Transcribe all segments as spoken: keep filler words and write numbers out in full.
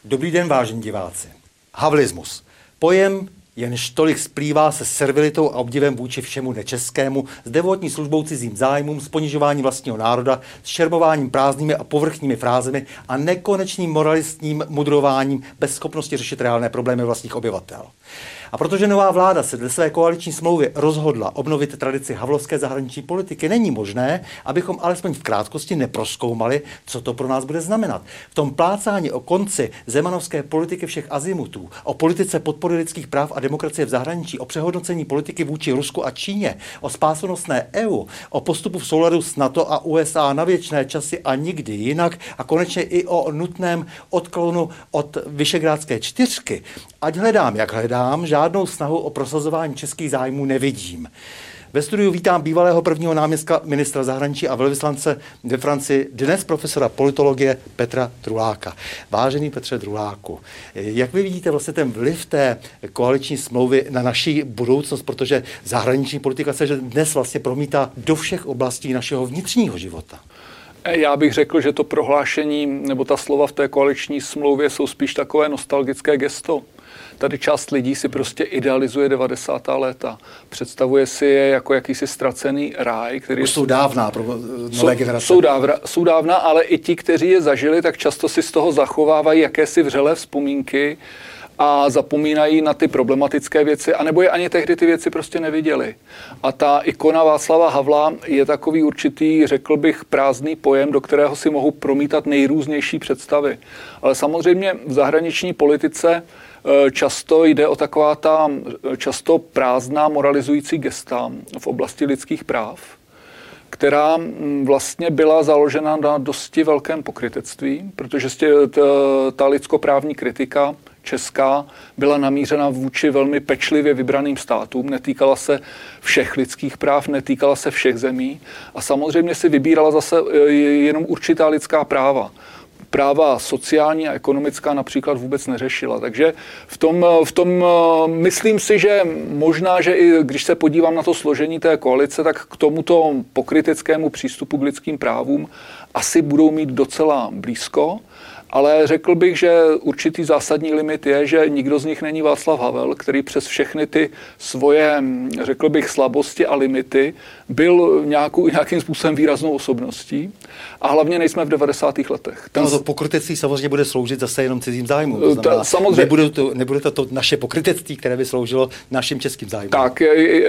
Dobrý den, vážení diváci. Havlismus. Pojem, jenž tolik splývá se servilitou a obdivem vůči všemu nečeskému, s devotní službou cizím zájmům, s ponižováním vlastního národa, s šermováním prázdnými a povrchními frázemi a nekonečným moralistním mudrováním bez schopnosti řešit reálné problémy vlastních obyvatel. A protože nová vláda se dle své koaliční smlouvy rozhodla obnovit tradici havlovské zahraniční politiky, není možné, abychom alespoň v krátkosti neprozkoumali, co to pro nás bude znamenat. V tom plácání o konci zemanovské politiky všech azimutů, o politice podpory lidských práv a demokracie v zahraničí, o přehodnocení politiky vůči Rusku a Číně, o spásonosné E U, o postupu v souladu s NATO a U S A na věčné časy a nikdy jinak a konečně i o nutném odklonu od Visegrádské čtyřky, ať hledám, jak hledám, žádnou snahu o prosazování českých zájmů nevidím. Ve studiu vítám bývalého prvního náměstka ministra zahraničí a velvyslance ve Francii, dnes profesora politologie Petra Druláka. Vážený Petře Druláku, jak vy vidíte vlastně ten vliv té koaliční smlouvy na naši budoucnost, protože zahraniční politika se dnes vlastně promítá do všech oblastí našeho vnitřního života? Já bych řekl, že to prohlášení nebo ta slova v té koaliční smlouvě jsou spíš takové nostalgické gesto. Tady část lidí si prostě idealizuje devadesátá léta. Představuje si je jako jakýsi ztracený ráj, který... Už jsou dávná pro nové generace. Jsou, dávna, jsou dávna, ale i ti, kteří je zažili, tak často si z toho zachovávají jakési vřelé vzpomínky a zapomínají na ty problematické věci, anebo je ani tehdy ty věci prostě neviděli. A ta ikona Václava Havla je takový určitý, řekl bych, prázdný pojem, do kterého si mohou promítat nejrůznější představy. Ale samozřejmě v zahraniční politice často jde o taková ta často prázdná moralizující gesta v oblasti lidských práv, která vlastně byla založena na dosti velkém pokrytectví, protože ta lidskoprávní kritika česká byla namířena vůči velmi pečlivě vybraným státům, netýkala se všech lidských práv, netýkala se všech zemí a samozřejmě si vybírala zase jenom určitá lidská práva. Práva sociální a ekonomická například vůbec neřešila. Takže v tom, v tom myslím si, že možná, že i když se podívám na to složení té koalice, tak k tomuto pokryteckému přístupu k lidským právům asi budou mít docela blízko. Ale řekl bych, že určitý zásadní limit je, že nikdo z nich není Václav Havel, který přes všechny ty svoje, řekl bych, slabosti a limity byl nějakou, nějakým způsobem výraznou osobností. A hlavně nejsme v devadesátých letech. Ten... No to pokrytectví samozřejmě bude sloužit zase jenom cizím zájmům. To znamená, samozřejmě... nebude, to, nebude to, to naše pokrytectví, které by sloužilo našim českým zájmům. Tak,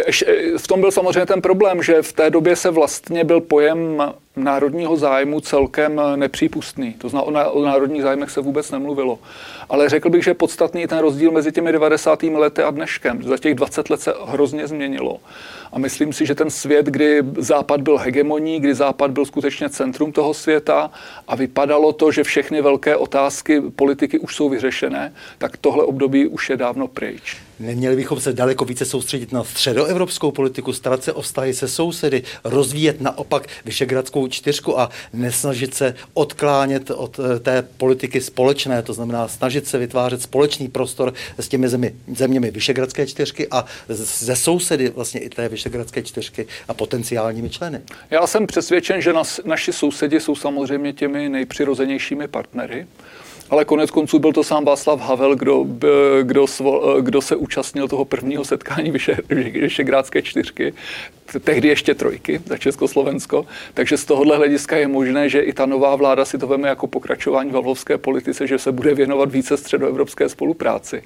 v tom byl samozřejmě ten problém, že v té době se vlastně byl pojem národního zájmu celkem nepřípustný. To znamená, o národních zájmech se vůbec nemluvilo. Ale řekl bych, že podstatný je ten rozdíl mezi těmi devadesátými lety a dneškem. Za těch dvacet let se hrozně změnilo. A myslím si, že ten svět, kdy Západ byl hegemonní, kdy Západ byl skutečně centrum toho světa a vypadalo to, že všechny velké otázky politiky už jsou vyřešené, tak tohle období už je dávno pryč. Neměli bychom se daleko více soustředit na středoevropskou politiku, starat se o vztahy se sousedy, rozvíjet naopak Visegrádskou čtyřku a nesnažit se odklánět od té politiky společné, to znamená snažit se vytvářet společný prostor s těmi zemi, zeměmi Visegrádské čtyřky a ze sousedy vlastně i té Visegrádské čtyřky a potenciálními členy. Já jsem přesvědčen, že nas, naši sousedi jsou samozřejmě těmi nejpřirozenějšími partnery. Ale konec konců byl to sám Václav Havel, kdo, kdo, kdo se účastnil toho prvního setkání Visegrádské čtyřky, tehdy ještě trojky za Československo. Takže z tohohle hlediska je možné, že i ta nová vláda si to veme jako pokračování v havlovské politice, že se bude věnovat více středoevropské spolupráci.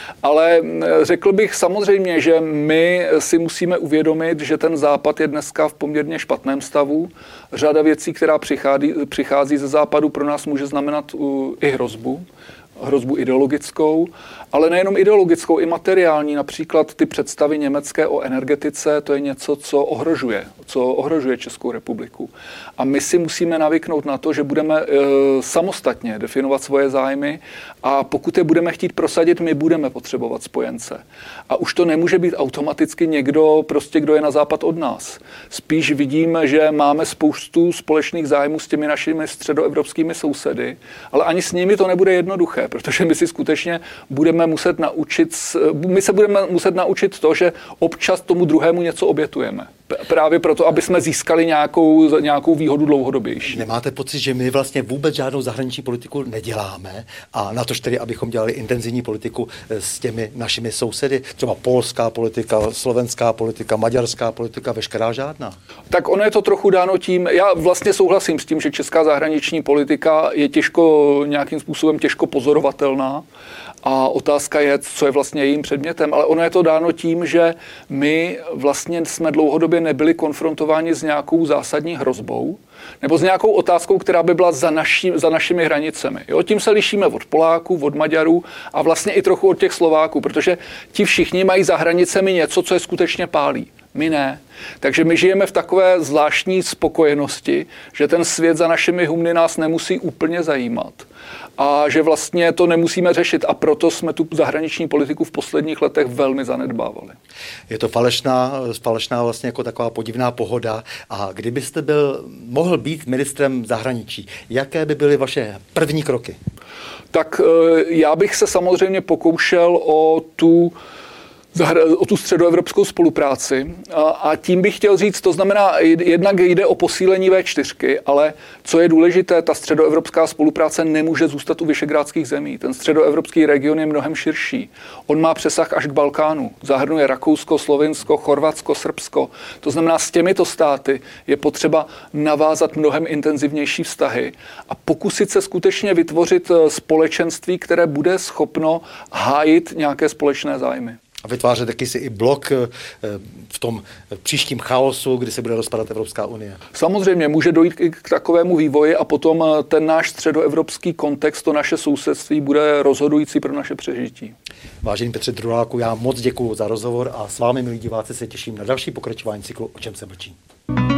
Ale řekl bych samozřejmě, že my si musíme uvědomit, že ten Západ je dneska v poměrně špatném stavu. Řada věcí, která přichází, přichází ze Západu, pro nás může znamenat i hrozbu. hrozbu ideologickou, ale nejenom ideologickou, i materiální. Například ty představy německé o energetice, to je něco, co ohrožuje, co ohrožuje Českou republiku. A my si musíme navyknout na to, že budeme e, samostatně definovat svoje zájmy a pokud je budeme chtít prosadit, my budeme potřebovat spojence. A už to nemůže být automaticky někdo, prostě kdo je na západ od nás. Spíš vidím, že máme spoustu společných zájmů s těmi našimi středoevropskými sousedy, ale ani s nimi to nebude jednoduché, protože my si skutečně budeme muset naučit, my se budeme muset naučit to, že občas tomu druhému něco obětujeme. Právě proto, aby jsme získali nějakou, nějakou výhodu dlouhodobější. Nemáte pocit, že my vlastně vůbec žádnou zahraniční politiku neděláme a na to tedy, abychom dělali intenzivní politiku s těmi našimi sousedy, třeba polská politika, slovenská politika, maďarská politika, veškerá žádná? Tak ono je to trochu dáno tím, já vlastně souhlasím s tím, že česká zahraniční politika je těžko, nějakým způsobem těžko pozorovatelná. A otázka je, co je vlastně jejím předmětem, ale ono je to dáno tím, že my vlastně jsme dlouhodobě nebyli konfrontováni s nějakou zásadní hrozbou nebo s nějakou otázkou, která by byla za, naši, za našimi hranicemi. Jo? Tím se lišíme od Poláků, od Maďarů a vlastně i trochu od těch Slováků, protože ti všichni mají za hranicemi něco, co je skutečně pálí. My ne. Takže my žijeme v takové zvláštní spokojenosti, že ten svět za našimi humny nás nemusí úplně zajímat. A že vlastně to nemusíme řešit. A proto jsme tu zahraniční politiku v posledních letech velmi zanedbávali. Je to falešná, falešná vlastně jako taková podivná pohoda. A kdybyste byl, mohl být ministrem zahraničí, jaké by byly vaše první kroky? Tak já bych se samozřejmě pokoušel o tu o tu středoevropskou spolupráci a, a tím bych chtěl říct, to znamená, jednak jde o posílení vé čtyřky, ale co je důležité, ta středoevropská spolupráce nemůže zůstat u visegrádských zemí. Ten středoevropský region je mnohem širší. On má přesah až k Balkánu. Zahrnuje Rakousko, Slovinsko, Chorvatsko, Srbsko. To znamená, s těmito státy je potřeba navázat mnohem intenzivnější vztahy a pokusit se skutečně vytvořit společenství, které bude schopno hájit nějaké společné zájmy. A vytvářet jakýsi i blok v tom příštím chaosu, kdy se bude rozpadat Evropská unie. Samozřejmě může dojít i k takovému vývoji a potom ten náš středoevropský kontext, to naše sousedství bude rozhodující pro naše přežití. Vážený Petře Druláku, já moc děkuji za rozhovor a s vámi, milí diváci, se těším na další pokračování cyklu O čem se mlčí.